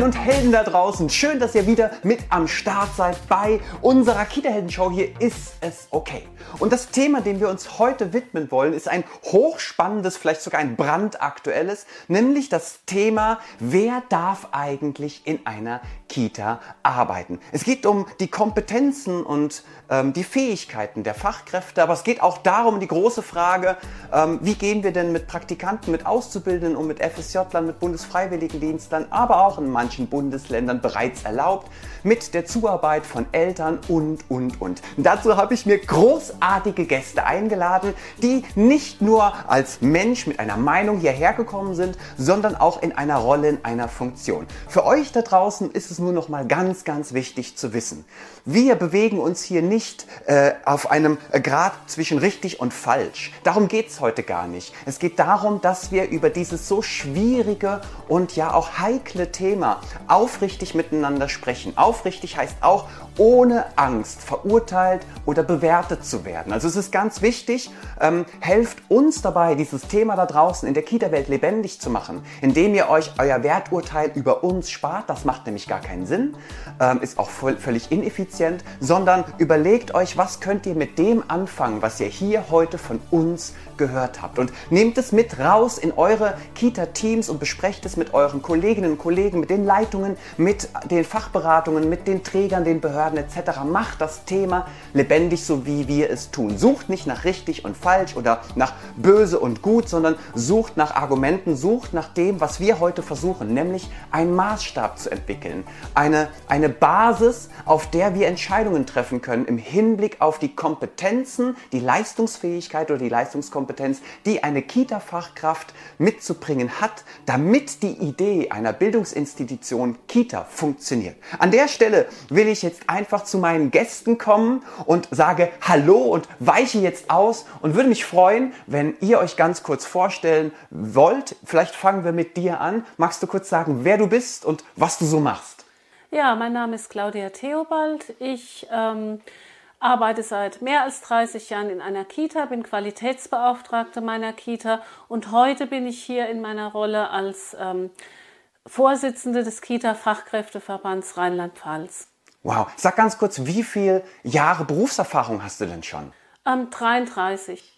und Helden da draußen. Schön, dass ihr wieder mit am Start seid bei unserer Kita-Helden-Show. Hier ist es okay. Und das Thema, dem wir uns heute widmen wollen, ist ein hochspannendes, vielleicht sogar ein brandaktuelles, nämlich das Thema, wer darf eigentlich in einer Kita arbeiten? Es geht um die Kompetenzen und die Fähigkeiten der Fachkräfte, aber es geht auch darum, die große Frage, wie gehen wir denn mit Praktikanten, mit Auszubildenden und mit FSJ-Lern, mit Bundesfreiwilligendienstlern, aber auch in manchen Bundesländern bereits erlaubt, mit der Zuarbeit von Eltern und. Dazu habe ich mir großartige Gäste eingeladen, die nicht nur als Mensch mit einer Meinung hierher gekommen sind, sondern auch in einer Rolle, in einer Funktion. Für euch da draußen ist es nur noch mal ganz, ganz wichtig zu wissen. Wir bewegen uns hier nicht auf einem Grad zwischen richtig und falsch. Darum geht es heute gar nicht. Es geht darum, dass wir über dieses so schwierige und ja auch heikle Thema aufrichtig miteinander sprechen. Aufrichtig heißt auch ohne Angst verurteilt oder bewertet zu werden. Also es ist ganz wichtig, helft uns dabei, dieses Thema da draußen in der Kita-Welt lebendig zu machen, indem ihr euch euer Werturteil über uns spart. Das macht nämlich gar keinen Sinn, ist auch völlig ineffizient, sondern überlegt euch, was könnt ihr mit dem anfangen, was ihr hier heute von uns gehört habt. Und nehmt es mit raus in eure Kita-Teams und besprecht es mit euren Kolleginnen und Kollegen, mit den Leitungen, mit den Fachberatungen, mit den Trägern, den Behörden etc. Macht das Thema lebendig, so wie wir es tun. Sucht nicht nach richtig und falsch oder nach böse und gut, sondern sucht nach Argumenten, sucht nach dem, was wir heute versuchen, nämlich einen Maßstab zu entwickeln. Eine Basis, auf der wir Entscheidungen treffen können im Hinblick auf die Kompetenzen, die Leistungsfähigkeit oder die Leistungskompetenz, die eine Kita-Fachkraft mitzubringen hat, damit die Idee einer Bildungsinstitution Kita funktioniert. An der Stelle will ich jetzt einfach zu meinen Gästen kommen und sage Hallo und weiche jetzt aus und würde mich freuen, wenn ihr euch ganz kurz vorstellen wollt. Vielleicht fangen wir mit dir an. Magst du kurz sagen, wer du bist und was du so machst? Ja, mein Name ist Claudia Theobald. Ich arbeite seit mehr als 30 Jahren in einer Kita, bin Qualitätsbeauftragte meiner Kita und heute bin ich hier in meiner Rolle als Vorsitzende des Kita-Fachkräfteverbands Rheinland-Pfalz. Wow, sag ganz kurz, wie viele Jahre Berufserfahrung hast du denn schon? 33.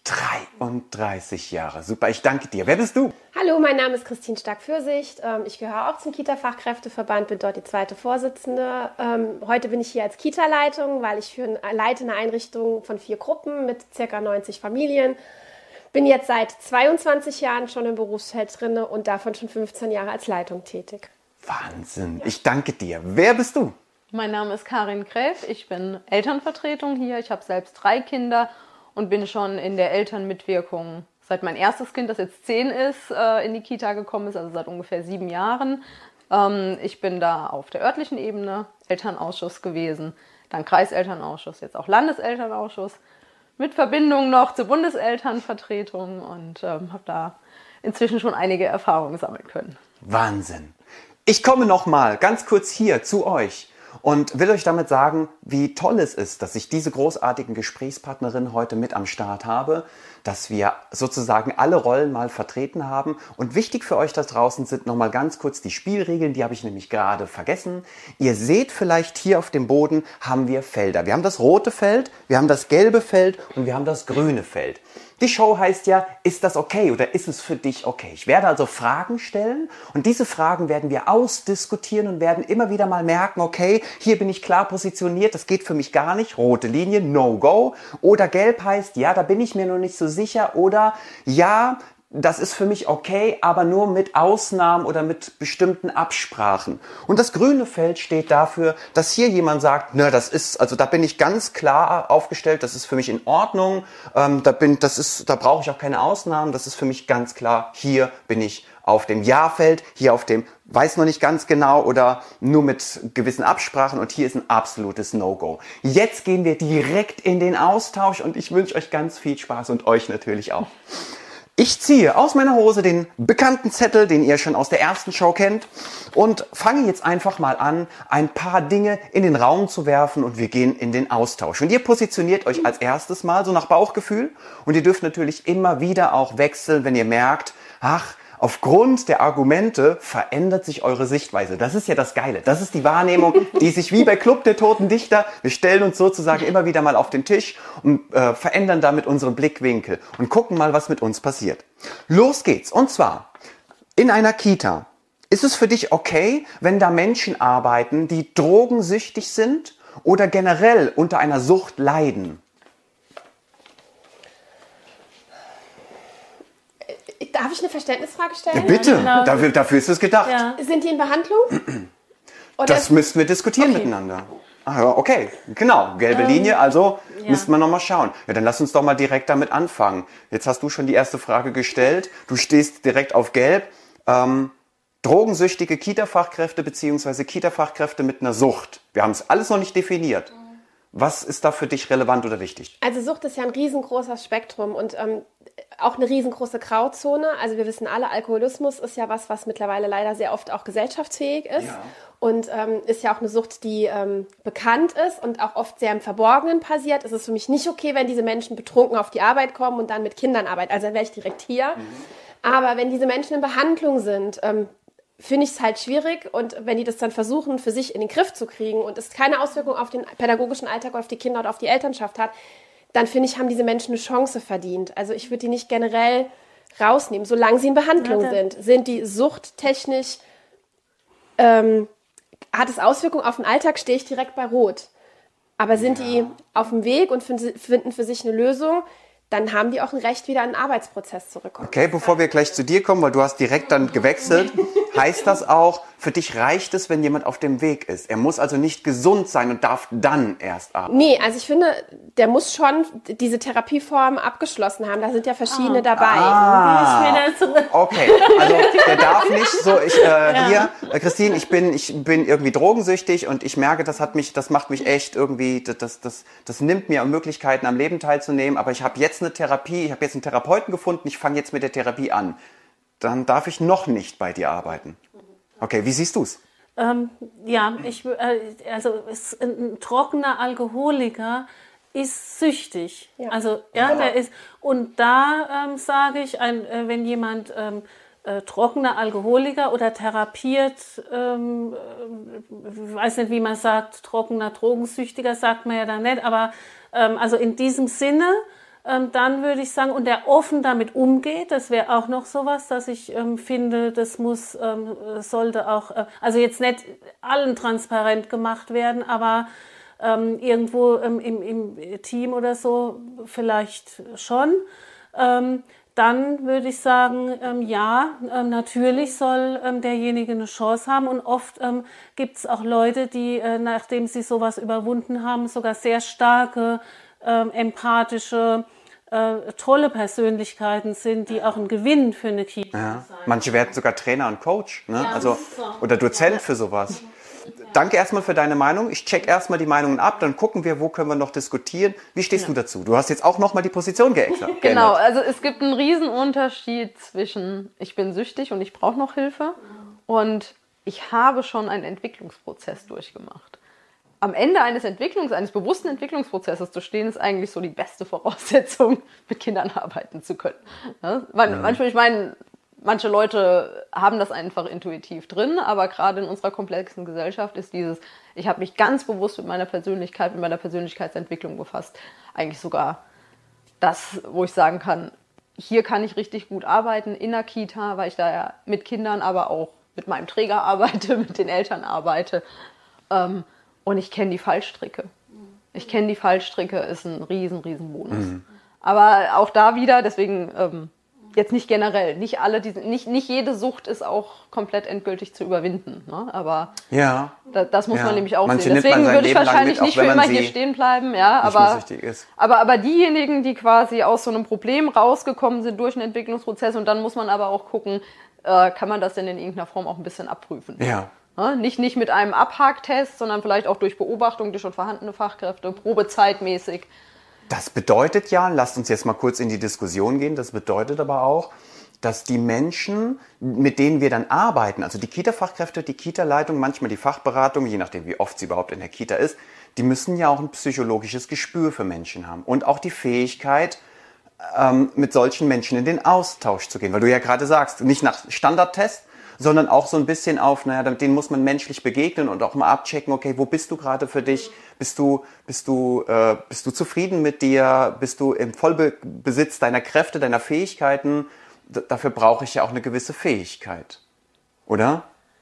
33 Jahre, super, ich danke dir. Wer bist du? Hallo, mein Name ist Christine Stark-Fürsicht. Ich gehöre auch zum Kita-Fachkräfteverband, bin dort die zweite Vorsitzende. Heute bin ich hier als Kita-Leitung, weil ich leite eine Einrichtung von 4 Gruppen mit ca. 90 Familien. Bin jetzt seit 22 Jahren schon im Berufsfeld drin und davon schon 15 Jahre als Leitung tätig. Wahnsinn, ich danke dir. Wer bist du? Mein Name ist Karin Gräf, ich bin Elternvertretung hier. Ich habe selbst 3 Kinder und bin schon in der Elternmitwirkung, seit mein erstes Kind, das jetzt 10 ist, in die Kita gekommen ist, also seit ungefähr 7 Jahren. Ich bin da auf der örtlichen Ebene Elternausschuss gewesen, dann Kreiselternausschuss, jetzt auch Landeselternausschuss, mit Verbindung noch zur Bundeselternvertretung und habe da inzwischen schon einige Erfahrungen sammeln können. Wahnsinn. Ich komme noch mal ganz kurz hier zu euch und will euch damit sagen, wie toll es ist, dass ich diese großartigen Gesprächspartnerinnen heute mit am Start habe, dass wir sozusagen alle Rollen mal vertreten haben. Und wichtig für euch da draußen sind noch mal ganz kurz die Spielregeln, die habe ich nämlich gerade vergessen. Ihr seht vielleicht hier auf dem Boden haben wir Felder. Wir haben das rote Feld, wir haben das gelbe Feld und wir haben das grüne Feld. Die Show heißt ja, ist das okay oder ist es für dich okay? Ich werde also Fragen stellen und diese Fragen werden wir ausdiskutieren und werden immer wieder mal merken, okay, hier bin ich klar positioniert, das geht für mich gar nicht, rote Linie, no go. Oder gelb heißt, ja, da bin ich mir noch nicht so sicher oder ja, das ist für mich okay, aber nur mit Ausnahmen oder mit bestimmten Absprachen. Und das grüne Feld steht dafür, dass hier jemand sagt, ne, da bin ich ganz klar aufgestellt, das ist für mich in Ordnung, da brauche ich auch keine Ausnahmen, das ist für mich ganz klar, hier bin ich auf dem Ja-Feld, hier auf dem weiß noch nicht ganz genau oder nur mit gewissen Absprachen und hier ist ein absolutes No-Go. Jetzt gehen wir direkt in den Austausch und ich wünsche euch ganz viel Spaß und euch natürlich auch. Ich ziehe aus meiner Hose den bekannten Zettel, den ihr schon aus der ersten Show kennt und fange jetzt einfach mal an, ein paar Dinge in den Raum zu werfen und wir gehen in den Austausch. Und ihr positioniert euch als erstes mal so nach Bauchgefühl und ihr dürft natürlich immer wieder auch wechseln, wenn ihr merkt, ach, Aufgrund der Argumente verändert sich eure Sichtweise. Das ist ja das Geile. Das ist die Wahrnehmung, die sich wie bei Club der Toten Dichter, wir stellen uns sozusagen immer wieder mal auf den Tisch und verändern damit unseren Blickwinkel und gucken mal, was mit uns passiert. Los geht's. Und zwar in einer Kita. Ist es für dich okay, wenn da Menschen arbeiten, die drogensüchtig sind oder generell unter einer Sucht leiden? Darf ich eine Verständnisfrage stellen? Ja, bitte, genau. dafür ist es gedacht. Ja. Sind die in Behandlung? Oder Das müssten wir diskutieren miteinander. Ah, ja, okay, genau, gelbe Linie, also müssten wir nochmal schauen. Ja, dann lass uns doch mal direkt damit anfangen. Jetzt hast du schon die erste Frage gestellt, du stehst direkt auf gelb. Drogensüchtige Kita-Fachkräfte bzw. Kita-Fachkräfte mit einer Sucht. Wir haben es alles noch nicht definiert. Was ist da für dich relevant oder wichtig? Also Sucht ist ja ein riesengroßes Spektrum und auch eine riesengroße Grauzone. Also wir wissen alle, Alkoholismus ist ja was mittlerweile leider sehr oft auch gesellschaftsfähig ist. Ja. Und ist ja auch eine Sucht, die bekannt ist und auch oft sehr im Verborgenen passiert. Es ist für mich nicht okay, wenn diese Menschen betrunken auf die Arbeit kommen und dann mit Kindern arbeiten. Also dann wäre ich direkt hier. Aber wenn diese Menschen in Behandlung sind, finde ich es halt schwierig. Und wenn die das dann versuchen, für sich in den Griff zu kriegen und es keine Auswirkung auf den pädagogischen Alltag, auf die Kinder oder auf die Elternschaft hat, dann finde ich, haben diese Menschen eine Chance verdient. Also ich würde die nicht generell rausnehmen, solange sie in Behandlung sind. Sind die suchttechnisch, hat es Auswirkungen auf den Alltag, stehe ich direkt bei Rot. Aber sind die auf dem Weg und finden für sich eine Lösung, dann haben die auch ein Recht, wieder in den Arbeitsprozess zurückzukommen. Okay, bevor wir gleich zu dir kommen, weil du hast direkt dann gewechselt, heißt das auch, für dich reicht es, wenn jemand auf dem Weg ist? Er muss also nicht gesund sein und darf dann erst arbeiten? Nee, also ich finde, der muss schon diese Therapieform abgeschlossen haben. Da sind ja verschiedene dabei. Okay, also der darf nicht so, hier, Christine, ich bin irgendwie drogensüchtig und ich merke, das macht mich echt irgendwie, das nimmt mir Möglichkeiten am Leben teilzunehmen, aber ich habe jetzt eine Therapie, ich habe jetzt einen Therapeuten gefunden, ich fange jetzt mit der Therapie an. Dann darf ich noch nicht bei dir arbeiten. Okay, wie siehst du es? Ein trockener Alkoholiker ist süchtig. Ja. Also der ist, und da sage ich, wenn jemand trockener Alkoholiker oder therapiert, weiß nicht, wie man sagt, trockener Drogensüchtiger sagt man ja da nicht, aber also in diesem Sinne, dann würde ich sagen, und der offen damit umgeht, das wäre auch noch sowas, dass ich finde, das sollte auch, also jetzt nicht allen transparent gemacht werden, aber irgendwo im Team oder so vielleicht schon. Dann würde ich sagen, natürlich soll derjenige eine Chance haben und oft gibt es auch Leute, die, nachdem sie sowas überwunden haben, sogar sehr starke, empathische, tolle Persönlichkeiten sind, die auch ein Gewinn für eine Kita sein. Manche werden sogar Trainer und Coach, ne? Oder Dozent für sowas. Danke erstmal für deine Meinung. Ich check erstmal die Meinungen ab, dann gucken wir, wo können wir noch diskutieren. Wie stehst du dazu? Du hast jetzt auch nochmal die Position geändert. Genau, also es gibt einen riesen Unterschied zwischen ich bin süchtig und ich brauche noch Hilfe und ich habe schon einen Entwicklungsprozess durchgemacht. Am Ende eines bewussten Entwicklungsprozesses zu stehen, ist eigentlich so die beste Voraussetzung, mit Kindern arbeiten zu können. Ja? Manche Leute haben das einfach intuitiv drin, aber gerade in unserer komplexen Gesellschaft ist ich habe mich ganz bewusst mit meiner Persönlichkeit, mit meiner Persönlichkeitsentwicklung befasst. Eigentlich sogar das, wo ich sagen kann, hier kann ich richtig gut arbeiten in der Kita, weil ich da ja mit Kindern, aber auch mit meinem Träger arbeite, mit den Eltern arbeite. Und ich kenne die Fallstricke. Ist ein riesen Bonus. Aber auch da wieder, deswegen jetzt nicht generell, nicht jede Sucht ist auch komplett endgültig zu überwinden. Ne? Aber das muss man nämlich auch sehen. Deswegen würde ich wahrscheinlich nicht für immer hier stehen bleiben. Ja, aber diejenigen, die quasi aus so einem Problem rausgekommen sind durch einen Entwicklungsprozess, und dann muss man aber auch gucken, kann man das denn in irgendeiner Form auch ein bisschen abprüfen. Ja. Nicht mit einem Abhaktest, sondern vielleicht auch durch Beobachtung durch schon vorhandene Fachkräfte, probezeitmäßig. Das bedeutet ja, lasst uns jetzt mal kurz in die Diskussion gehen, das bedeutet aber auch, dass die Menschen, mit denen wir dann arbeiten, also die Kita-Fachkräfte, die Kita-Leitung, manchmal die Fachberatung, je nachdem wie oft sie überhaupt in der Kita ist, die müssen ja auch ein psychologisches Gespür für Menschen haben und auch die Fähigkeit, mit solchen Menschen in den Austausch zu gehen? Weil du ja gerade sagst, nicht nach Standardtest, sondern auch so ein bisschen auf, naja, denen muss man menschlich begegnen und auch mal abchecken, okay, wo bist du gerade für dich? Bist du zufrieden mit dir? Bist du im Vollbesitz deiner Kräfte, deiner Fähigkeiten? Dafür brauche ich ja auch eine gewisse Fähigkeit, oder?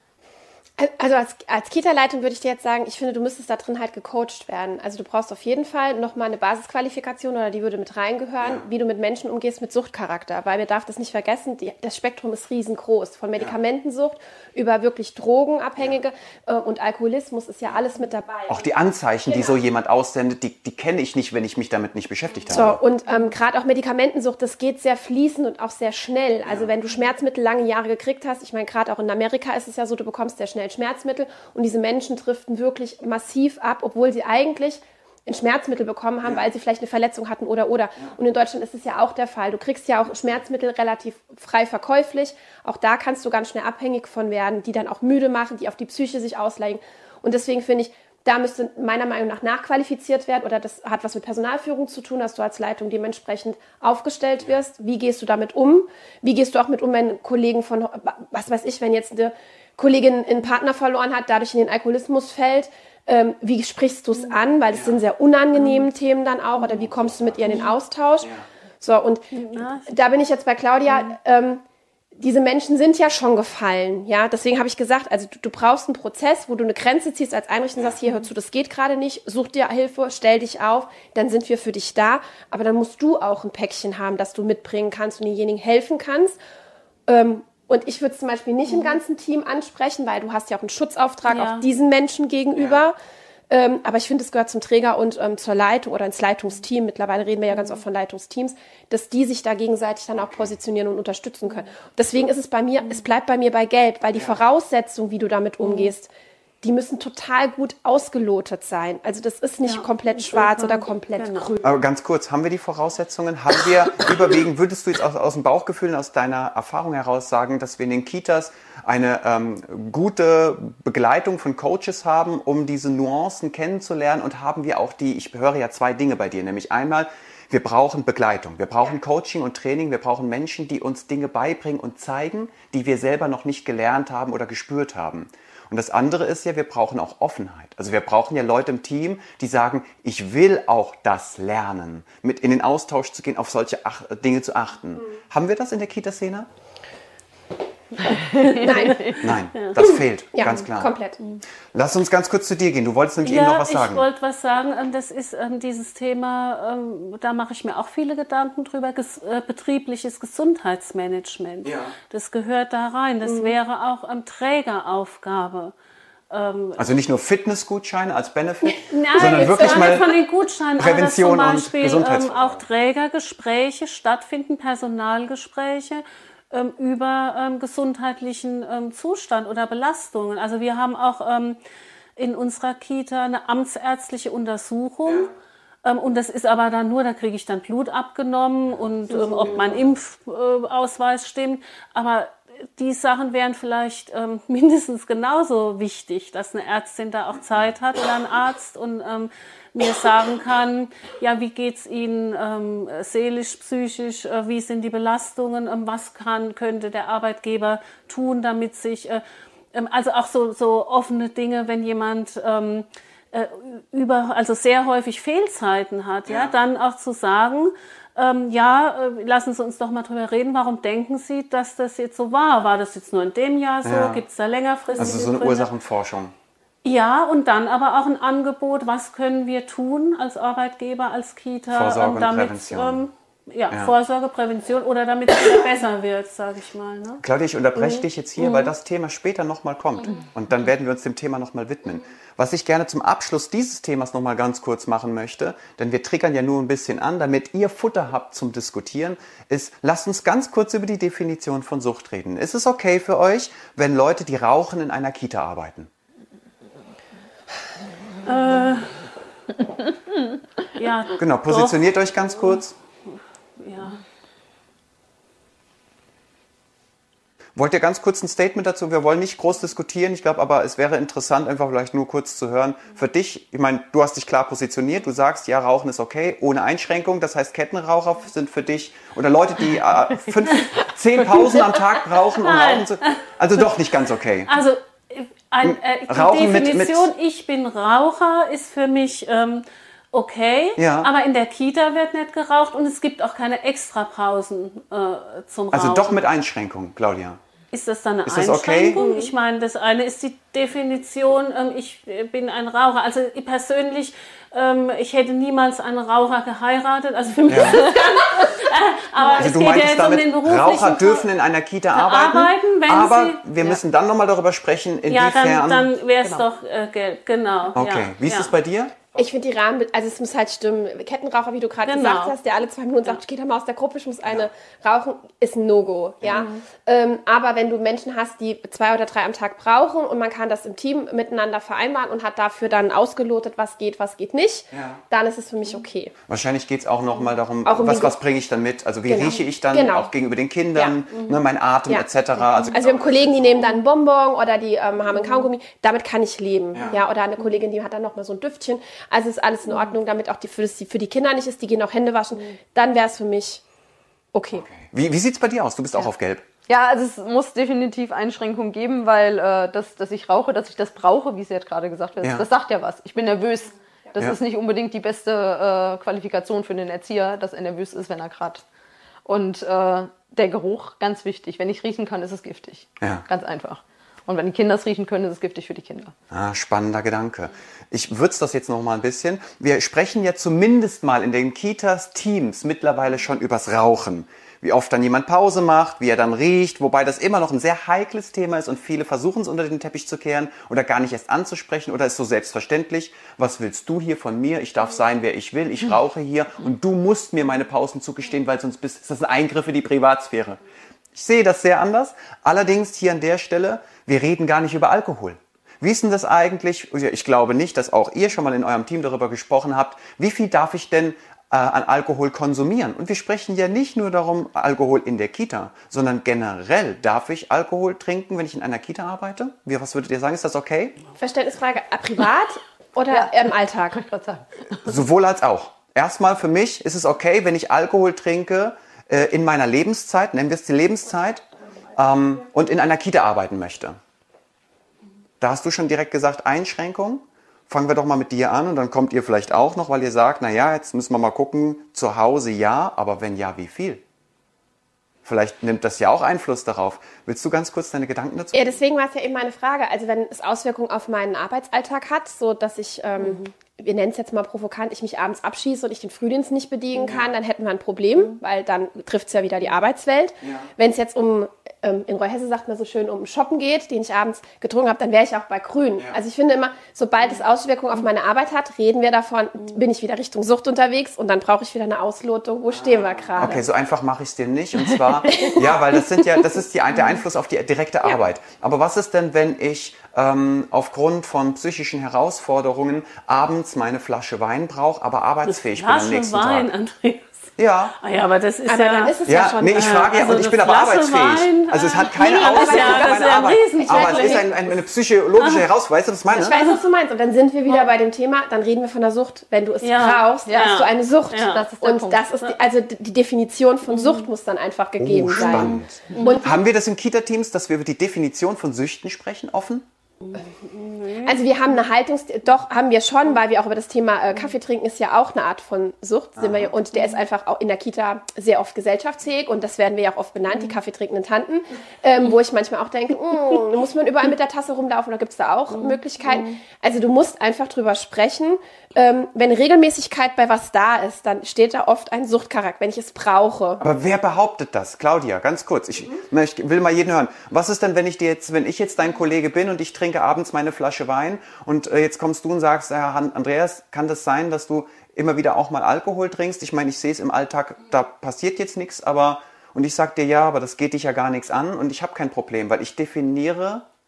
Also als Kita-Leitung würde ich dir jetzt sagen, ich finde, du müsstest da drin halt gecoacht werden. Also du brauchst auf jeden Fall nochmal eine Basisqualifikation oder die würde mit reingehören, wie du mit Menschen umgehst mit Suchtcharakter. Weil wir darf das nicht vergessen, das Spektrum ist riesengroß. Von Medikamentensucht über wirklich Drogenabhängige und Alkoholismus ist ja alles mit dabei. Auch die Anzeichen, die so jemand aussendet, die kenne ich nicht, wenn ich mich damit nicht beschäftigt habe. So, und gerade auch Medikamentensucht, das geht sehr fließend und auch sehr schnell. Also wenn du Schmerzmittel lange Jahre gekriegt hast, ich meine, gerade auch in Amerika ist es ja so, du bekommst sehr schnell Schmerzmittel und diese Menschen driften wirklich massiv ab, obwohl sie eigentlich ein Schmerzmittel bekommen haben, weil sie vielleicht eine Verletzung hatten oder. Und in Deutschland ist es ja auch der Fall. Du kriegst ja auch Schmerzmittel relativ frei verkäuflich. Auch da kannst du ganz schnell abhängig von werden, die dann auch müde machen, die auf die Psyche sich auslegen. Und deswegen finde ich, da müsste meiner Meinung nach nachqualifiziert werden oder das hat was mit Personalführung zu tun, dass du als Leitung dementsprechend aufgestellt wirst. Wie gehst du damit um? Wie gehst du auch mit um, wenn Kollegen von, was weiß ich, wenn jetzt eine Kollegin einen Partner verloren hat, dadurch in den Alkoholismus fällt, wie sprichst du es an? Weil das sind sehr unangenehme Themen dann auch. Oder wie kommst du mit ihr in den Austausch? So, und da bin ich jetzt bei Claudia. Diese Menschen sind ja schon gefallen. Ja, deswegen habe ich gesagt, also du brauchst einen Prozess, wo du eine Grenze ziehst als Einrichtung und sagst, hier, hör zu, das geht gerade nicht, such dir Hilfe, stell dich auf, dann sind wir für dich da. Aber dann musst du auch ein Päckchen haben, das du mitbringen kannst und denjenigen helfen kannst. Und ich würde es zum Beispiel nicht im ganzen Team ansprechen, weil du hast ja auch einen Schutzauftrag auch diesen Menschen gegenüber. Aber ich finde, es gehört zum Träger und zur Leitung oder ins Leitungsteam. Mittlerweile reden wir ja ganz oft von Leitungsteams, dass die sich da gegenseitig dann auch positionieren und unterstützen können. Deswegen ist es bei mir, es bleibt bei mir bei Gelb, weil die Voraussetzungen, wie du damit umgehst, die müssen total gut ausgelotet sein. Also das ist nicht komplett schwarz oder komplett grün. Aber ganz kurz, haben wir die Voraussetzungen? Haben wir überwiegend, würdest du jetzt aus dem Bauchgefühl und aus deiner Erfahrung heraus sagen, dass wir in den Kitas eine gute Begleitung von Coaches haben, um diese Nuancen kennenzulernen? Und haben wir auch ich höre ja zwei Dinge bei dir, nämlich einmal, wir brauchen Begleitung, wir brauchen Coaching und Training, wir brauchen Menschen, die uns Dinge beibringen und zeigen, die wir selber noch nicht gelernt haben oder gespürt haben. Und das andere ist ja, wir brauchen auch Offenheit. Also wir brauchen ja Leute im Team, die sagen, ich will auch das lernen, mit in den Austausch zu gehen, auf solche Dinge zu achten. Haben wir das in der Kita-Szene? Nein. Nein, das fehlt, ganz klar. Komplett. Lass uns ganz kurz zu dir gehen. Du wolltest nämlich eben noch was sagen. Ich wollte was sagen. Das ist dieses Thema, da mache ich mir auch viele Gedanken drüber, betriebliches Gesundheitsmanagement. Ja. Das gehört da rein. Das wäre auch Trägeraufgabe. Also nicht nur Fitnessgutscheine als Benefit, Nein, sondern wirklich mal von den Gutscheinen, Prävention aber dass zum Beispiel und Gesundheitsfragen. auch Trägergespräche stattfinden, Personalgespräche über gesundheitlichen Zustand oder Belastungen. Also wir haben auch in unserer Kita eine amtsärztliche Untersuchung. Und das ist aber dann nur, da kriege ich dann Blut abgenommen und ob mein Impfausweis stimmt. Aber die Sachen wären vielleicht mindestens genauso wichtig, dass eine Ärztin da auch Zeit hat oder ein Arzt und mir sagen kann, ja, wie geht's Ihnen seelisch, psychisch, wie sind die Belastungen, was könnte der Arbeitgeber tun, damit sich, also auch so offene Dinge, wenn jemand also sehr häufig Fehlzeiten hat, ja, dann auch zu sagen, lassen Sie uns doch mal drüber reden. Warum denken Sie, dass das jetzt so war? War das jetzt nur in dem Jahr so? Ja. Gibt es da längerfristige Also so eine Gründe? Ursachenforschung. Ja, und dann aber auch ein Angebot, was können wir tun als Arbeitgeber, als Kita, Vorsorge und damit Prävention. Vorsorge, Prävention oder damit es wieder besser wird, sage ich mal. Ne? Claudia, ich unterbreche dich jetzt hier, weil das Thema später nochmal kommt. Und dann werden wir uns dem Thema nochmal widmen. Was ich gerne zum Abschluss dieses Themas nochmal ganz kurz machen möchte, denn wir triggern ja nur ein bisschen an, damit ihr Futter habt zum Diskutieren, ist, lasst uns ganz kurz über die Definition von Sucht reden. Ist es okay für euch, wenn Leute, die rauchen, in einer Kita arbeiten? Ja, Genau, positioniert euch ganz kurz. Ja. Wollt ihr ganz kurz ein Statement dazu? Wir wollen nicht groß diskutieren, ich glaube aber, es wäre interessant, einfach vielleicht nur kurz zu hören. Für dich, ich meine, du hast dich klar positioniert, du sagst, ja, Rauchen ist okay, ohne Einschränkung. Das heißt, Kettenraucher sind für dich, oder Leute, die 10 Pausen am Tag brauchen, um rauchen zu... Also doch nicht ganz okay. Also die Definition, ich bin Raucher, ist für mich okay, aber in der Kita wird nicht geraucht und es gibt auch keine Extrapausen zum Rauchen. Also doch mit Einschränkung, Claudia. Ist das dann eine Ist das okay? Einschränkung? Ich meine, das eine ist die Definition, ich bin ein Raucher. Also ich persönlich, ich hätte niemals einen Raucher geheiratet. Also für mich ist das ganz... aber also es du geht ja meintest jetzt damit, um den beruflichen... Raucher dürfen in einer Kita arbeiten, wenn aber sie, wir müssen dann nochmal darüber sprechen, inwiefern... Ja, dann wäre es doch gelb, genau. Okay, ja, wie ist es bei dir? Ich finde die also es muss halt stimmen. Kettenraucher, wie du gerade gesagt hast, der alle 2 Minuten sagt, ich gehe da mal aus der Gruppe, ich muss eine rauchen, ist ein No-Go. Ja? Aber wenn du Menschen hast, die 2 oder 3 am Tag brauchen und man kann das im Team miteinander vereinbaren und hat dafür dann ausgelotet, was geht nicht, dann ist es für mich okay. Wahrscheinlich geht es auch nochmal darum, was bringe ich dann mit? Also wie rieche ich dann auch gegenüber den Kindern, ne, mein Atem etc. Also wir haben Kollegen, die nehmen dann einen Bonbon oder die haben einen Kaugummi, damit kann ich leben. Ja. Oder eine Kollegin, die hat dann nochmal so ein Düftchen. Also ist alles in Ordnung, damit auch für die Kinder nicht ist, die gehen auch Hände waschen, dann wäre es für mich okay. Wie sieht es bei dir aus? Du bist auch auf Gelb. Ja, also es muss definitiv Einschränkungen geben, weil dass ich rauche, dass ich das brauche, wie es jetzt gerade gesagt wird, das sagt ja was. Ich bin nervös. Das ist nicht unbedingt die beste Qualifikation für den Erzieher, dass er nervös ist, wenn er gerade... Und der Geruch, ganz wichtig. Wenn ich riechen kann, ist es giftig. Ja. Ganz einfach. Und wenn die Kinder es riechen können, ist es giftig für die Kinder. Spannender Gedanke. Ich würze das jetzt noch mal ein bisschen. Wir sprechen ja zumindest mal in den Kitas, Teams mittlerweile schon übers Rauchen. Wie oft dann jemand Pause macht, wie er dann riecht, wobei das immer noch ein sehr heikles Thema ist und viele versuchen es unter den Teppich zu kehren oder gar nicht erst anzusprechen oder ist so selbstverständlich. Was willst du hier von mir? Ich darf sein, wer ich will. Ich rauche hier und du musst mir meine Pausen zugestehen, weil sonst ist das ein Eingriff in die Privatsphäre. Ich sehe das sehr anders. Allerdings hier an der Stelle, wir reden gar nicht über Alkohol. Wie ist denn das eigentlich? Ich glaube nicht, dass auch ihr schon mal in eurem Team darüber gesprochen habt. Wie viel darf ich denn an Alkohol konsumieren? Und wir sprechen ja nicht nur darum, Alkohol in der Kita, sondern generell darf ich Alkohol trinken, wenn ich in einer Kita arbeite? Was würdet ihr sagen? Ist das okay? Verständnisfrage, privat oder im Alltag? Ich gerade sagen. Sowohl als auch. Erstmal für mich ist es okay, wenn ich Alkohol trinke in meiner Lebenszeit, nennen wir es die Lebenszeit, und in einer Kita arbeiten möchte. Da hast du schon direkt gesagt, Einschränkung. Fangen wir doch mal mit dir an und dann kommt ihr vielleicht auch noch, weil ihr sagt, naja, jetzt müssen wir mal gucken, zu Hause ja, aber wenn ja, wie viel? Vielleicht nimmt das ja auch Einfluss darauf. Willst du ganz kurz deine Gedanken dazu? Ja, deswegen war es ja eben meine Frage. Also wenn es Auswirkungen auf meinen Arbeitsalltag hat, so dass ich, wir nennen es jetzt mal provokant, ich mich abends abschieße und ich den Frühdienst nicht bedienen kann, dann hätten wir ein Problem, weil dann trifft es ja wieder die Arbeitswelt. Ja. Wenn es jetzt in Reuhesse sagt man so schön, um Shoppen geht, den ich abends getrunken habe, dann wäre ich auch bei Grün. Ja. Also ich finde immer, sobald es Auswirkungen auf meine Arbeit hat, reden wir davon, bin ich wieder Richtung Sucht unterwegs und dann brauche ich wieder eine Auslotung, wo stehen wir gerade. Okay, so einfach mache ich es dir nicht. Und zwar, ja, weil das ist der Einfluss auf die direkte Arbeit. Aber was ist denn, wenn ich aufgrund von psychischen Herausforderungen abends meine Flasche Wein brauche, aber arbeitsfähig bin am nächsten Wein, Tag? Andreas. Ja. Ja, aber das ist dann ist es ja schon... Nee, ich frage ja, und ich bin aber arbeitsfähig. Wein, also es hat keine Auswirkungen auf meine Arbeit. Aber es ist eine psychologische Herausforderung. Weißt du, was ich meine? Ich weiß, was du meinst. Und dann sind wir wieder bei dem Thema, dann reden wir von der Sucht. Wenn du es brauchst, hast du eine Sucht. Ja. Das ist und das ist die Definition von Sucht muss dann einfach gegeben sein. Spannend. Und haben wir das in Kita-Teams, dass wir über die Definition von Süchten sprechen, offen? Also wir haben eine doch haben wir schon, weil wir auch über das Thema Kaffee trinken ist ja auch eine Art von Sucht, und der ist einfach auch in der Kita sehr oft gesellschaftsfähig und das werden wir ja auch oft benannt, die kaffeetrinkenden Tanten, wo ich manchmal auch denke, muss man überall mit der Tasse rumlaufen oder gibt es da auch Möglichkeiten? Also du musst einfach drüber sprechen, wenn Regelmäßigkeit bei was da ist, dann steht da oft ein Suchtcharakter, wenn ich es brauche. Aber wer behauptet das? Claudia, ganz kurz, ich will mal jeden hören. Was ist denn, wenn ich jetzt dein Kollege bin und ich trinke abends meine Flasche Wein und jetzt kommst du und sagst, Andreas, kann das sein, dass du immer wieder auch mal Alkohol trinkst? Ich meine, ich sehe es im Alltag, da passiert jetzt nichts, und ich sag dir, ja, aber das geht dich ja gar nichts an und ich habe kein Problem, weil ich definiere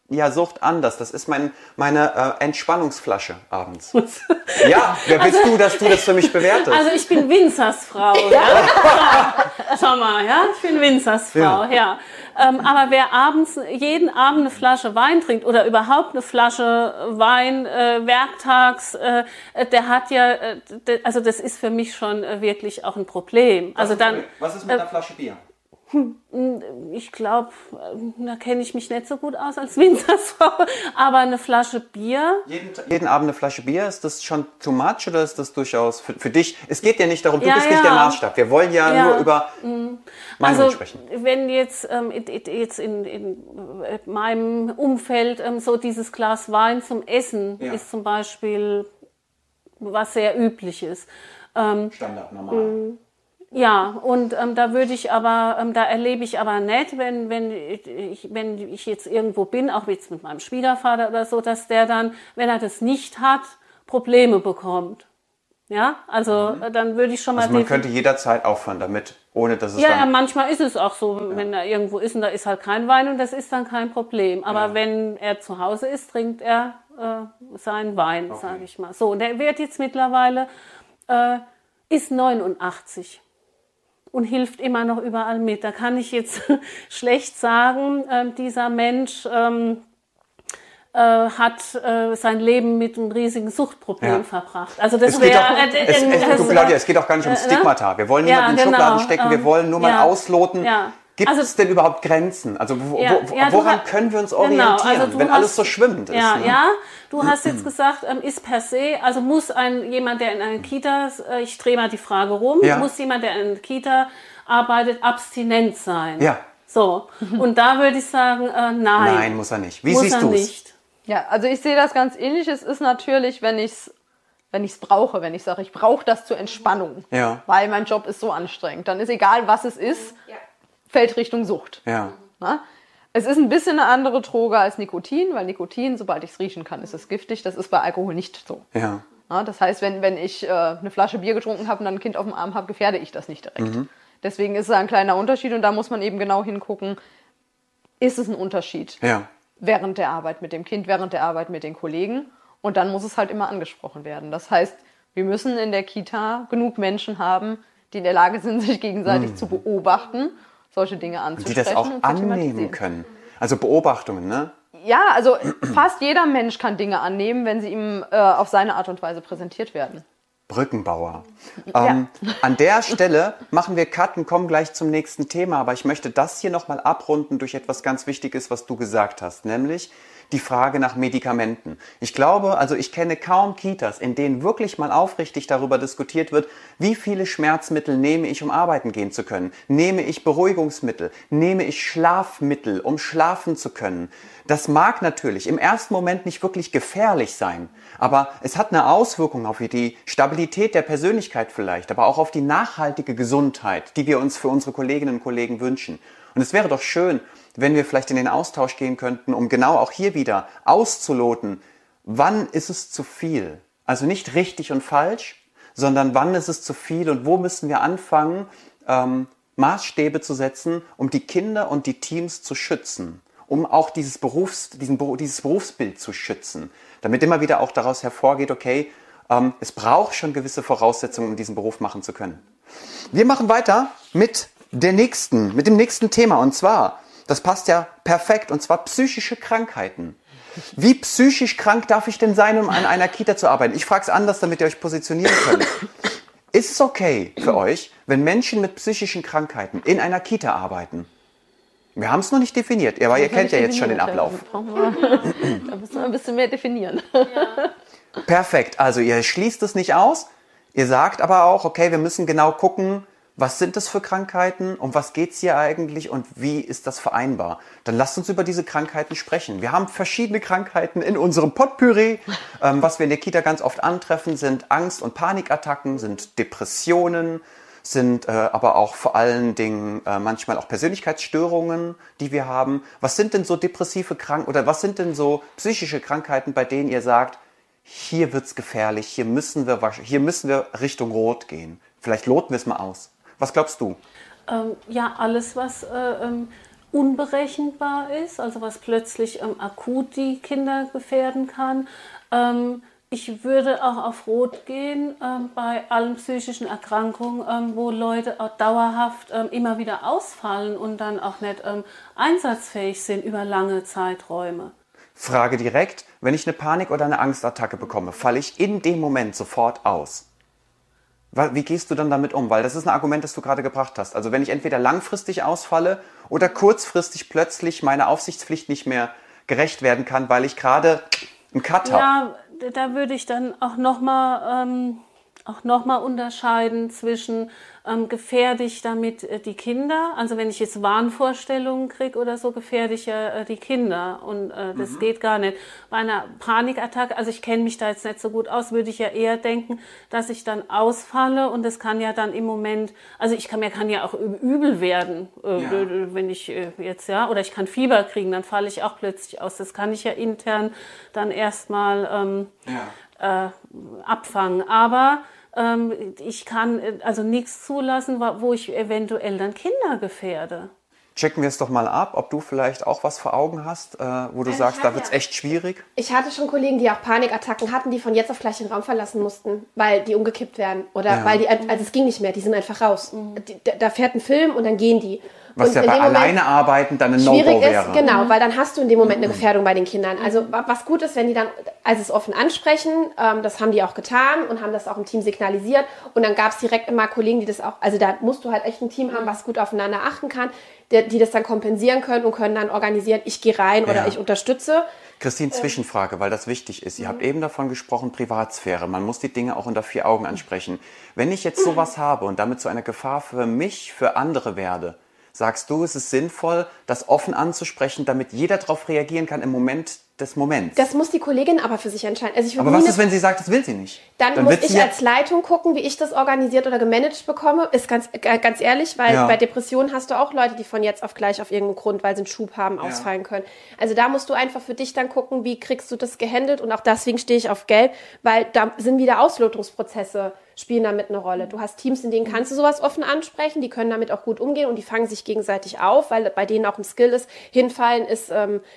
ja, Sucht anders. Das ist meine Entspannungsflasche abends. Ja, wer bist du, dass du das für mich bewertest? Also ich bin Winzersfrau. Ja? Schau mal, ja, ich bin Winzersfrau, ja. Aber wer abends jeden Abend eine Flasche Wein trinkt oder überhaupt eine Flasche Wein werktags, der hat ja, also das ist für mich schon wirklich auch ein Problem. Also dann, was ist mit einer Flasche Bier? ich glaube, da kenne ich mich nicht so gut aus als Winzersfrau, aber eine Flasche Bier. Jeden Abend eine Flasche Bier, ist das schon too much oder ist das durchaus für dich? Es geht ja nicht darum, du bist nicht der Maßstab. Wir wollen ja nur über Meinungen sprechen. Wenn jetzt in meinem Umfeld so dieses Glas Wein zum Essen ist zum Beispiel was sehr übliches. Standard, normal. Ja, und da erlebe ich aber nicht, wenn ich jetzt irgendwo bin, auch jetzt mit meinem Schwiegervater oder so, dass der dann, wenn er das nicht hat, Probleme bekommt. Ja, also dann würde ich schon mal... Also man könnte jederzeit aufhören damit, ohne dass es ja, manchmal ist es auch so, wenn er irgendwo ist und da ist halt kein Wein und das ist dann kein Problem. Aber wenn er zu Hause ist, trinkt er seinen Wein, sage ich mal. So, und der wird jetzt mittlerweile, ist 89. Und hilft immer noch überall mit. Da kann ich jetzt schlecht sagen, dieser Mensch hat sein Leben mit einem riesigen Suchtproblem verbracht. Also das wäre... Claudia, es geht auch gar nicht um Stigmata. Wir wollen niemanden in Schubladen stecken, wir wollen nur mal ausloten. Ja. Gibt es denn überhaupt Grenzen? Also woran können wir uns orientieren, wenn alles so schwimmend ist? Ja, ne? ja. Du hast jetzt gesagt, ist per se, also muss jemand, der in einer Kita, ich drehe mal die Frage rum, muss jemand, der in einer Kita arbeitet, abstinent sein? Ja. So. Und da würde ich sagen, nein. Nein, muss er nicht. Wie siehst du es? Ja, also ich sehe das ganz ähnlich. Es ist natürlich, wenn ich es brauche, wenn ich sage, ich brauche das zur Entspannung, weil mein Job ist so anstrengend, dann ist egal, was es ist, fällt Richtung Sucht. Ja. Na? Es ist ein bisschen eine andere Droge als Nikotin, weil Nikotin, sobald ich es riechen kann, ist es giftig. Das ist bei Alkohol nicht so. Ja. Na, das heißt, wenn ich eine Flasche Bier getrunken habe und dann ein Kind auf dem Arm habe, gefährde ich das nicht direkt. Deswegen ist es ein kleiner Unterschied und da muss man eben genau hingucken, ist es ein Unterschied während der Arbeit mit dem Kind, während der Arbeit mit den Kollegen und dann muss es halt immer angesprochen werden. Das heißt, wir müssen in der Kita genug Menschen haben, die in der Lage sind, sich gegenseitig zu beobachten, solche Dinge anzusprechen. Die das auch annehmen können. Also Beobachtungen, ne? Ja, also fast jeder Mensch kann Dinge annehmen, wenn sie ihm auf seine Art und Weise präsentiert werden. Brückenbauer. An der Stelle machen wir Cut und kommen gleich zum nächsten Thema, aber ich möchte das hier nochmal abrunden durch etwas ganz Wichtiges, was du gesagt hast, nämlich die Frage nach Medikamenten. Ich glaube, also ich kenne kaum Kitas, in denen wirklich mal aufrichtig darüber diskutiert wird, wie viele Schmerzmittel nehme ich, um arbeiten gehen zu können? Nehme ich Beruhigungsmittel? Nehme ich Schlafmittel, um schlafen zu können? Das mag natürlich im ersten Moment nicht wirklich gefährlich sein, aber es hat eine Auswirkung auf die Stabilität der Persönlichkeit vielleicht, aber auch auf die nachhaltige Gesundheit, die wir uns für unsere Kolleginnen und Kollegen wünschen. Und es wäre doch schön, wenn wir vielleicht in den Austausch gehen könnten, um genau auch hier wieder auszuloten, wann ist es zu viel? Also nicht richtig und falsch, sondern wann ist es zu viel und wo müssen wir anfangen, Maßstäbe zu setzen, um die Kinder und die Teams zu schützen, um auch dieses Berufsbild zu schützen, damit immer wieder auch daraus hervorgeht, okay, es braucht schon gewisse Voraussetzungen, um diesen Beruf machen zu können. Wir machen weiter mit dem nächsten Thema und zwar, das passt ja perfekt, und zwar psychische Krankheiten. Wie psychisch krank darf ich denn sein, um an einer Kita zu arbeiten? Ich frage es anders, damit ihr euch positionieren könnt. Ist es okay für euch, wenn Menschen mit psychischen Krankheiten in einer Kita arbeiten? Wir haben es noch nicht definiert, aber ihr kennt ja jetzt schon den Ablauf. Da müssen wir ein bisschen mehr definieren. Perfekt, also ihr schließt es nicht aus, ihr sagt aber auch, okay, wir müssen genau gucken, was sind das für Krankheiten, um was geht's hier eigentlich und wie ist das vereinbar? Dann lasst uns über diese Krankheiten sprechen. Wir haben verschiedene Krankheiten in unserem Potpourri. Was wir in der Kita ganz oft antreffen, sind Angst- und Panikattacken, sind Depressionen, sind aber auch vor allen Dingen manchmal auch Persönlichkeitsstörungen, die wir haben. Was sind denn so depressive Krankheiten oder was sind denn so psychische Krankheiten, bei denen ihr sagt, hier wird's gefährlich, hier müssen wir Richtung Rot gehen. Vielleicht loten wir es mal aus. Was glaubst du? Ja, alles, was unberechenbar ist, also was plötzlich akut die Kinder gefährden kann. Ich würde auch auf Rot gehen bei allen psychischen Erkrankungen, wo Leute auch dauerhaft immer wieder ausfallen und dann auch nicht einsatzfähig sind über lange Zeiträume. Frage direkt, wenn ich eine Panik- oder eine Angstattacke bekomme, falle ich in dem Moment sofort aus? Wie gehst du dann damit um? Weil das ist ein Argument, das du gerade gebracht hast. Also wenn ich entweder langfristig ausfalle oder kurzfristig plötzlich meiner Aufsichtspflicht nicht mehr gerecht werden kann, weil ich gerade einen Cut habe. Ja, da würde ich dann auch noch mal unterscheiden zwischen gefährde ich damit die Kinder, also wenn ich jetzt Wahnvorstellungen kriege oder so, gefährde ich ja die Kinder und das geht gar nicht. Bei einer Panikattacke, also ich kenne mich da jetzt nicht so gut aus, würde ich ja eher denken, dass ich dann ausfalle und das kann ja dann im Moment, also mir kann ja auch übel werden, wenn ich oder ich kann Fieber kriegen, dann falle ich auch plötzlich aus. Das kann ich ja intern dann erstmal abfangen, aber ich kann also nichts zulassen, wo ich eventuell dann Kinder gefährde. Checken wir es doch mal ab, ob du vielleicht auch was vor Augen hast, wo du sagst, da wird es echt schwierig. Ich hatte schon Kollegen, die auch Panikattacken hatten, die von jetzt auf gleich den Raum verlassen mussten, weil die umgekippt werden. Oder weil also es ging nicht mehr, die sind einfach raus. Da fährt ein Film und dann gehen die. Was und ja bei alleine arbeiten dann ein No-Go wäre. Genau, weil dann hast du in dem Moment eine Gefährdung bei den Kindern. Also was gut ist, wenn die dann es offen ansprechen, das haben die auch getan und haben das auch im Team signalisiert. Und dann gab es direkt immer Kollegen, die das auch, also da musst du halt echt ein Team haben, was gut aufeinander achten kann, die das dann kompensieren können und können dann organisieren, ich gehe rein oder ich unterstütze. Christine, Zwischenfrage, weil das wichtig ist. Ihr habt eben davon gesprochen, Privatsphäre. Man muss die Dinge auch unter 4 Augen ansprechen. Wenn ich jetzt sowas habe und damit zu einer Gefahr für mich, für andere werde, sagst du, es ist sinnvoll, das offen anzusprechen, damit jeder darauf reagieren kann im Moment des Moments? Das muss die Kollegin aber für sich entscheiden. Also aber was ist, wenn sie sagt, das will sie nicht? Dann muss ich als Leitung gucken, wie ich das organisiert oder gemanagt bekomme. Ist ganz ehrlich, weil bei Depressionen hast du auch Leute, die von jetzt auf gleich auf irgendeinen Grund, weil sie einen Schub haben, ausfallen können. Also da musst du einfach für dich dann gucken, wie kriegst du das gehandelt. Und auch deswegen stehe ich auf Gelb, weil da sind wieder Auslotungsprozesse, spielen damit eine Rolle. Du hast Teams, in denen kannst du sowas offen ansprechen, die können damit auch gut umgehen und die fangen sich gegenseitig auf, weil bei denen auch ein Skill ist. Hinfallen ist,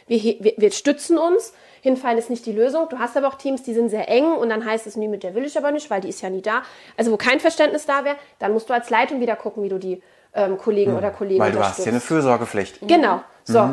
wir stützen uns. Hinfallen ist nicht die Lösung. Du hast aber auch Teams, die sind sehr eng und dann heißt es, nee, mit der will ich aber nicht, weil die ist ja nie da. Also wo kein Verständnis da wäre, dann musst du als Leitung wieder gucken, wie du die Kollegen oder Kollegen weil du hast ja eine Fürsorgepflicht. Genau. So.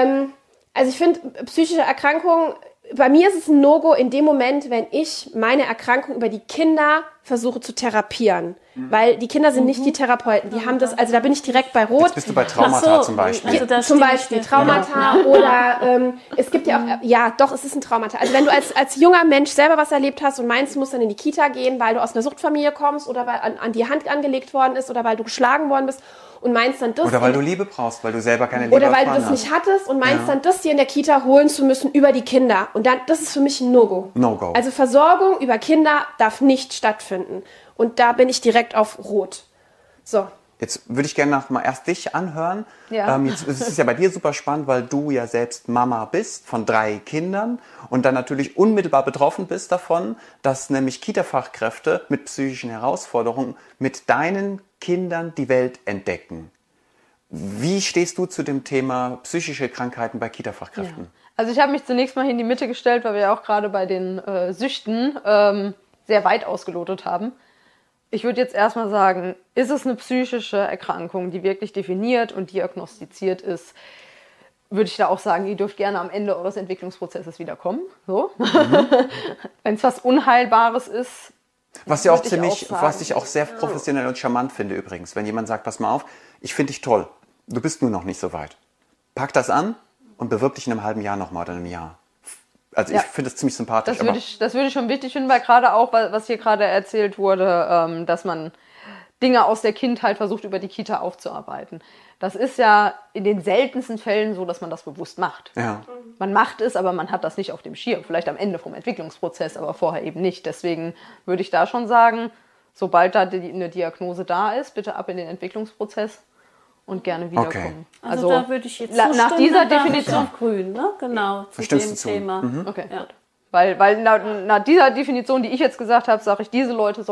Also ich finde, psychische Erkrankungen, bei mir ist es ein No-Go in dem Moment, wenn ich meine Erkrankung über die Kinder versuche zu therapieren. Weil die Kinder sind nicht die Therapeuten. Die haben das, also da bin ich direkt bei Rot. Jetzt bist du bei Traumata zum Beispiel. Also zum Beispiel Traumata oder es gibt ja auch, es ist ein Traumata. Also wenn du als junger Mensch selber was erlebt hast und meinst, du musst dann in die Kita gehen, weil du aus einer Suchtfamilie kommst oder weil an die Hand angelegt worden ist oder weil du geschlagen worden bist und meinst dann das... Oder weil du Liebe brauchst, weil du selber keine Liebe Oder weil du das nicht hattest und meinst dann, das hier in der Kita holen zu müssen über die Kinder. Und dann, das ist für mich ein No-Go. No-Go. Also Versorgung über Kinder darf nicht stattfinden. Und da bin ich direkt auf Rot. So. Jetzt würde ich gerne noch mal erst dich anhören. Ja. Jetzt ist es ja bei dir super spannend, weil du ja selbst Mama bist von 3 Kindern und dann natürlich unmittelbar betroffen bist davon, dass nämlich Kita-Fachkräfte mit psychischen Herausforderungen mit deinen Kindern die Welt entdecken. Wie stehst du zu dem Thema psychische Krankheiten bei Kita-Fachkräften? Ja. Also ich habe mich zunächst mal in die Mitte gestellt, weil wir ja auch gerade bei den Süchten sehr weit ausgelotet haben. Ich würde jetzt erstmal sagen, ist es eine psychische Erkrankung, die wirklich definiert und diagnostiziert ist, würde ich da auch sagen, ihr dürft gerne am Ende eures Entwicklungsprozesses wiederkommen. So. Wenn es was Unheilbares ist, was ja auch was ich auch sehr professionell und charmant finde übrigens, wenn jemand sagt, pass mal auf, ich finde dich toll, du bist nur noch nicht so weit. Pack das an und bewirb dich in einem halben Jahr nochmal oder einem Jahr. Also ich finde es ziemlich sympathisch. Das würde ich schon wichtig finden, weil gerade auch, was hier gerade erzählt wurde, dass man Dinge aus der Kindheit versucht, über die Kita aufzuarbeiten. Das ist ja in den seltensten Fällen so, dass man das bewusst macht. Ja. Man macht es, aber man hat das nicht auf dem Schirm. Vielleicht am Ende vom Entwicklungsprozess, aber vorher eben nicht. Deswegen würde ich da schon sagen, sobald da eine Diagnose da ist, bitte ab in den Entwicklungsprozess und gerne wiederkommen. Okay. Also da würde ich jetzt nach dieser Definition auf grün, ne? Genau, zu dem Thema. Okay, ja. Weil nach dieser Definition, die ich jetzt gesagt habe, sage ich, diese Leute sollen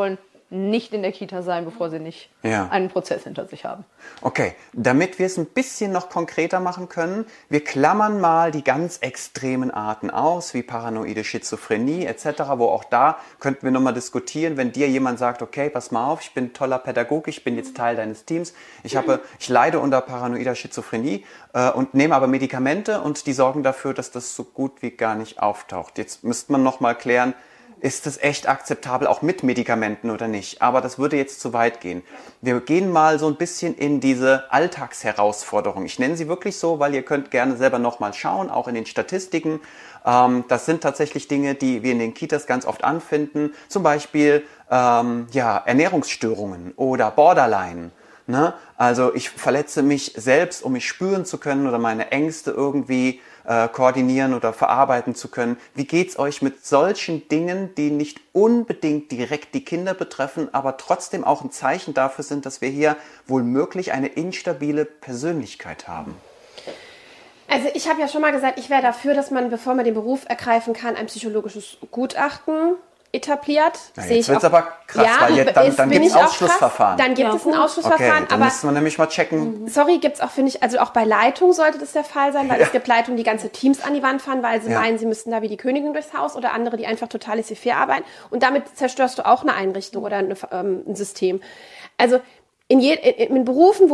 nicht in der Kita sein, bevor sie nicht einen Prozess hinter sich haben. Okay, damit wir es ein bisschen noch konkreter machen können, wir klammern mal die ganz extremen Arten aus, wie paranoide Schizophrenie etc., wo auch da könnten wir nochmal diskutieren, wenn dir jemand sagt, okay, pass mal auf, ich bin toller Pädagoge, ich bin jetzt Teil deines Teams, ich leide unter paranoider Schizophrenie und nehme aber Medikamente und die sorgen dafür, dass das so gut wie gar nicht auftaucht. Jetzt müsste man nochmal klären, ist es echt akzeptabel, auch mit Medikamenten oder nicht? Aber das würde jetzt zu weit gehen. Wir gehen mal so ein bisschen in diese Alltagsherausforderung. Ich nenne sie wirklich so, weil ihr könnt gerne selber nochmal schauen, auch in den Statistiken. Das sind tatsächlich Dinge, die wir in den Kitas ganz oft anfinden. Zum Beispiel Ernährungsstörungen oder Borderline. Ne? Also ich verletze mich selbst, um mich spüren zu können oder meine Ängste irgendwie koordinieren oder verarbeiten zu können. Wie geht's euch mit solchen Dingen, die nicht unbedingt direkt die Kinder betreffen, aber trotzdem auch ein Zeichen dafür sind, dass wir hier wohl möglich eine instabile Persönlichkeit haben? Also ich habe ja schon mal gesagt, ich wäre dafür, dass man, bevor man den Beruf ergreifen kann, ein psychologisches Gutachten etabliert. Ja, jetzt wird es aber krass, weil dann gibt es Ausschlussverfahren. Dann gibt es ein Ausschlussverfahren. Okay, dann müssen wir nämlich mal checken. Sorry, gibt es auch, finde ich, also auch bei Leitungen sollte das der Fall sein, weil es gibt Leitungen, die ganze Teams an die Wand fahren, weil sie meinen, sie müssten da wie die Königin durchs Haus, oder andere, die einfach total laissez-faire arbeiten. Und damit zerstörst du auch eine Einrichtung oder ein System. Also in Berufen,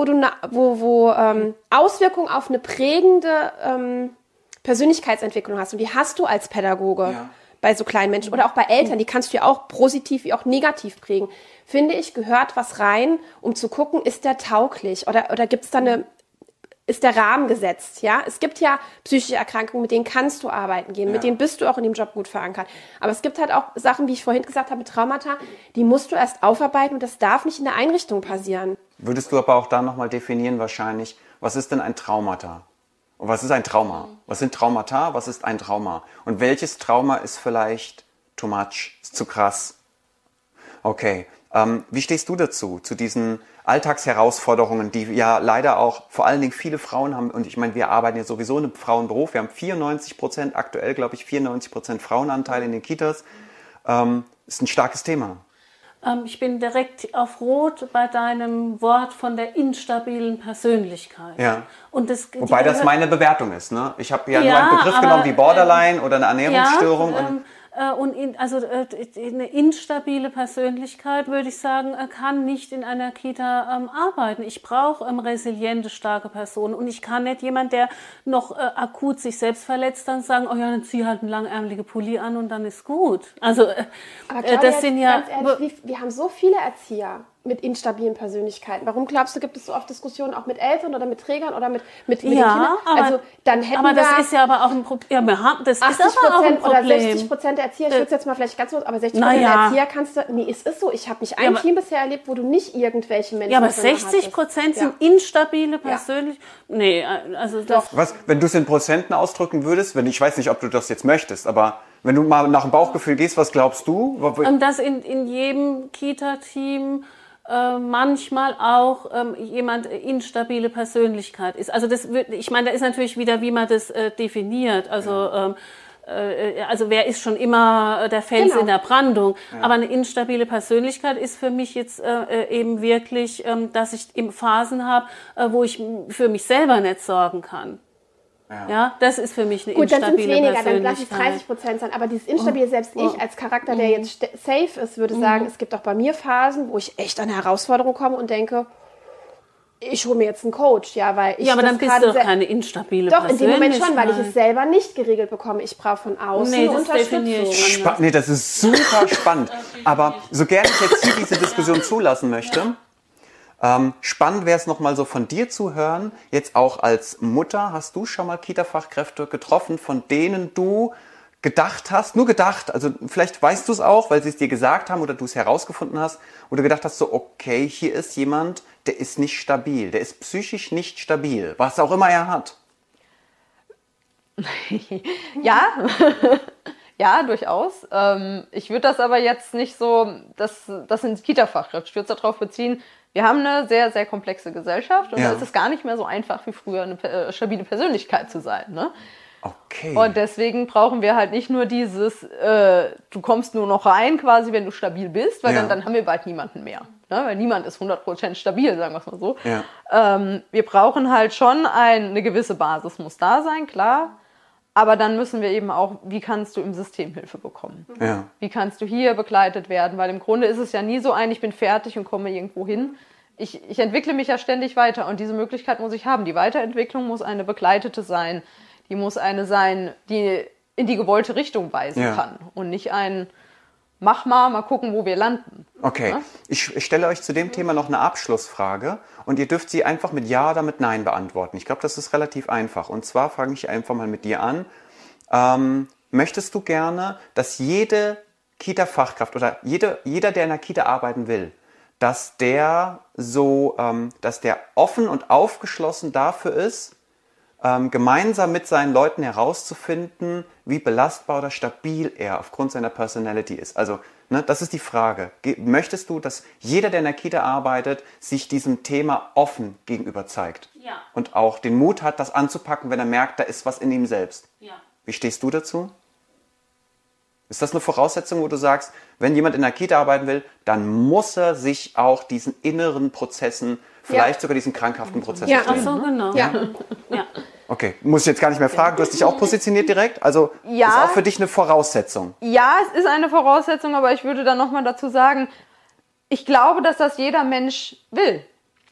wo Auswirkungen auf eine prägende Persönlichkeitsentwicklung hast, und die hast du als Pädagoge, bei so kleinen Menschen oder auch bei Eltern, die kannst du ja auch positiv wie auch negativ prägen. Finde ich, gehört was rein, um zu gucken, ist der tauglich oder gibt's da ist der Rahmen gesetzt, ja? Es gibt ja psychische Erkrankungen, mit denen kannst du arbeiten gehen, mit denen bist du auch in dem Job gut verankert. Aber es gibt halt auch Sachen, wie ich vorhin gesagt habe, mit Traumata, die musst du erst aufarbeiten und das darf nicht in der Einrichtung passieren. Würdest du aber auch da nochmal definieren wahrscheinlich, was ist denn ein Traumata? Und was ist ein Trauma? Was sind Traumata? Was ist ein Trauma? Und welches Trauma ist vielleicht too much, ist zu krass? Okay, wie stehst du dazu, zu diesen Alltagsherausforderungen, die ja leider auch vor allen Dingen viele Frauen haben? Und ich meine, wir arbeiten ja sowieso in einem Frauenberuf. Wir haben 94%, aktuell glaube ich 94% Frauenanteil in den Kitas. Ist ein starkes Thema. Ich bin direkt auf Rot bei deinem Wort von der instabilen Persönlichkeit. Ja. Und wobei das meine Bewertung ist. Ne? Ich habe ja nur einen Begriff genommen wie Borderline oder eine Ernährungsstörung. Eine instabile Persönlichkeit, würde ich sagen, kann nicht in einer Kita arbeiten. Ich brauche resiliente, starke Personen. Und ich kann nicht jemand, der noch akut sich selbst verletzt, dann sagen, oh ja, dann zieh halt einen langärmeligen Pulli an und dann ist gut. Also aber Claudia, das sind ja... Ganz ehrlich, wir haben so viele Erzieher mit instabilen Persönlichkeiten. Warum glaubst du, gibt es so oft Diskussionen auch mit Eltern oder mit Trägern oder mit den Kindern? Also dann hätten wir... Aber das ist ja aber auch ein Problem. Ja, das ist aber auch ein Problem. Oder 60% der Erzieher, ich würde es jetzt mal vielleicht ganz kurz, aber 60% der Erzieher kannst du... Nee, es ist so. Ich habe nicht ein Team bisher erlebt, wo du nicht irgendwelche Menschen... Ja, aber 60% sind instabile Persönlichkeiten. Nee, also das... Was, wenn du es in Prozenten ausdrücken würdest, ich weiß nicht, ob du das jetzt möchtest, aber wenn du mal nach dem Bauchgefühl gehst, was glaubst du? Dass in jedem Kita-Team manchmal auch jemand instabile Persönlichkeit ist. Also ich meine, da ist natürlich wieder, wie man das definiert. Also wer ist schon immer der Fels in der Brandung? Ja. Aber eine instabile Persönlichkeit ist für mich jetzt eben wirklich, dass ich Phasen habe, wo ich für mich selber nicht sorgen kann. Ja, das ist für mich eine instabile Persönlichkeit. Gut, dann lass es 30% sein. Aber dieses instabile, selbst ich als Charakter, der jetzt safe ist, würde sagen, es gibt auch bei mir Phasen, wo ich echt an eine Herausforderung komme und denke, ich hole mir jetzt einen Coach, weil ich... Ja, aber dann bist du doch keine instabile Persönlichkeit. Doch, in dem Moment schon, weil ich es selber nicht geregelt bekomme. Ich brauche von außen Unterstützung. Das ist super spannend. Aber so gerne ich jetzt hier diese Diskussion zulassen möchte... spannend wäre es nochmal so von dir zu hören, jetzt auch als Mutter, hast du schon mal Kita-Fachkräfte getroffen, von denen du gedacht hast, also vielleicht weißt du es auch, weil sie es dir gesagt haben oder du es herausgefunden hast, wo du gedacht hast, so okay, hier ist jemand, der ist nicht stabil, der ist psychisch nicht stabil, was auch immer er hat. Ja, durchaus. Ich würde das aber jetzt nicht so, das sind Kita-Fachkräfte, ich würde es darauf beziehen, wir haben eine sehr, sehr komplexe Gesellschaft und da ist es gar nicht mehr so einfach wie früher, eine stabile Persönlichkeit zu sein. Ne? Okay. Und deswegen brauchen wir halt nicht nur dieses, du kommst nur noch rein quasi, wenn du stabil bist, weil dann haben wir bald niemanden mehr. Ne? Weil niemand ist 100% stabil, sagen wir es mal so. Ja. Wir brauchen halt schon eine gewisse Basis, muss da sein, klar. Aber dann müssen wir eben auch, wie kannst du im System Hilfe bekommen? Ja. Wie kannst du hier begleitet werden? Weil im Grunde ist es ja nie so ich bin fertig und komme irgendwo hin. Ich entwickle mich ja ständig weiter und diese Möglichkeit muss ich haben. Die Weiterentwicklung muss eine begleitete sein. Die muss eine sein, die in die gewollte Richtung weisen kann. Und nicht mach mal gucken, wo wir landen. Okay, ja? Ich stelle euch zu dem Thema noch eine Abschlussfrage und ihr dürft sie einfach mit Ja oder mit Nein beantworten. Ich glaube, das ist relativ einfach. Und zwar frage ich einfach mal mit dir an. Möchtest du gerne, dass jede Kita-Fachkraft oder jeder, der in der Kita arbeiten will, dass der offen und aufgeschlossen dafür ist, gemeinsam mit seinen Leuten herauszufinden, wie belastbar oder stabil er aufgrund seiner Personality ist. Also, das ist die Frage. Möchtest du, dass jeder, der in der Kita arbeitet, sich diesem Thema offen gegenüber zeigt? Ja. Und auch den Mut hat, das anzupacken, wenn er merkt, da ist was in ihm selbst? Ja. Wie stehst du dazu? Ist das eine Voraussetzung, wo du sagst, wenn jemand in der Kita arbeiten will, dann muss er sich auch diesen inneren Prozessen, vielleicht sogar diesen krankhaften Prozessen stellen? Ach so, genau. Ja. Ja. Okay, muss ich jetzt gar nicht mehr fragen. Du hast dich auch positioniert direkt? Also ist auch für dich eine Voraussetzung? Ja, es ist eine Voraussetzung, aber ich würde dann nochmal dazu sagen, ich glaube, dass das jeder Mensch will.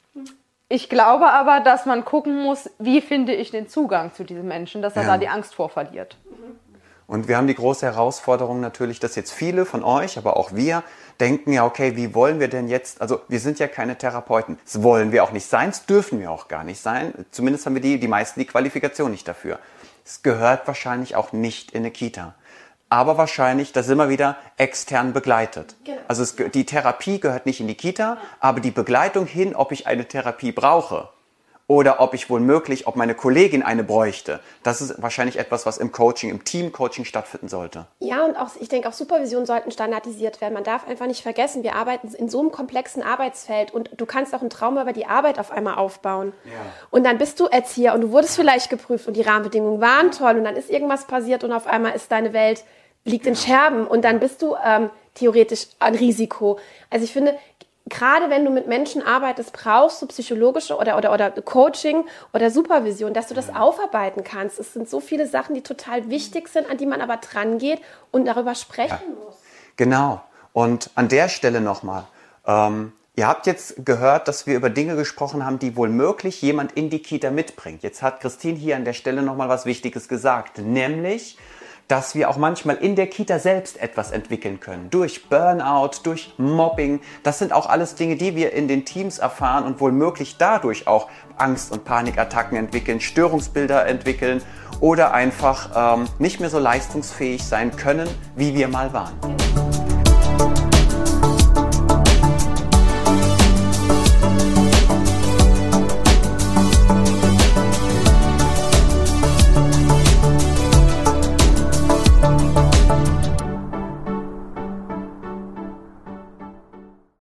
Ich glaube aber, dass man gucken muss, wie finde ich den Zugang zu diesem Menschen, dass er da die Angst vor verliert. Und wir haben die große Herausforderung natürlich, dass jetzt viele von euch, aber auch wir, denken ja, okay, wie wollen wir denn jetzt, also wir sind ja keine Therapeuten. Das wollen wir auch nicht sein, das dürfen wir auch gar nicht sein. Zumindest haben wir die meisten die Qualifikation nicht dafür. Es gehört wahrscheinlich auch nicht in eine Kita. Aber wahrscheinlich, da sind wir wieder extern begleitet. Genau. Also die Therapie gehört nicht in die Kita, aber die Begleitung hin, ob ich eine Therapie brauche oder ob meine Kollegin eine bräuchte, das ist wahrscheinlich etwas, was im Coaching, im Team-Coaching stattfinden sollte. Ja, und auch, ich denke, auch Supervisionen sollten standardisiert werden. Man darf einfach nicht vergessen, wir arbeiten in so einem komplexen Arbeitsfeld und du kannst auch ein Trauma über die Arbeit auf einmal aufbauen. Ja. Und dann bist du Erzieher und du wurdest vielleicht geprüft und die Rahmenbedingungen waren toll und dann ist irgendwas passiert und auf einmal ist deine Welt, liegt in Scherben und dann bist du theoretisch ein Risiko. Also ich finde, gerade wenn du mit Menschen arbeitest, brauchst du psychologische oder Coaching oder Supervision, dass du das aufarbeiten kannst. Es sind so viele Sachen, die total wichtig sind, an die man aber dran geht und darüber sprechen muss. Genau. Und an der Stelle nochmal. Ihr habt jetzt gehört, dass wir über Dinge gesprochen haben, die wohl möglich jemand in die Kita mitbringt. Jetzt hat Christine hier an der Stelle nochmal was Wichtiges gesagt, nämlich, dass wir auch manchmal in der Kita selbst etwas entwickeln können. Durch Burnout, durch Mobbing. Das sind auch alles Dinge, die wir in den Teams erfahren und wohl möglich dadurch auch Angst- und Panikattacken entwickeln, Störungsbilder entwickeln oder einfach nicht mehr so leistungsfähig sein können, wie wir mal waren.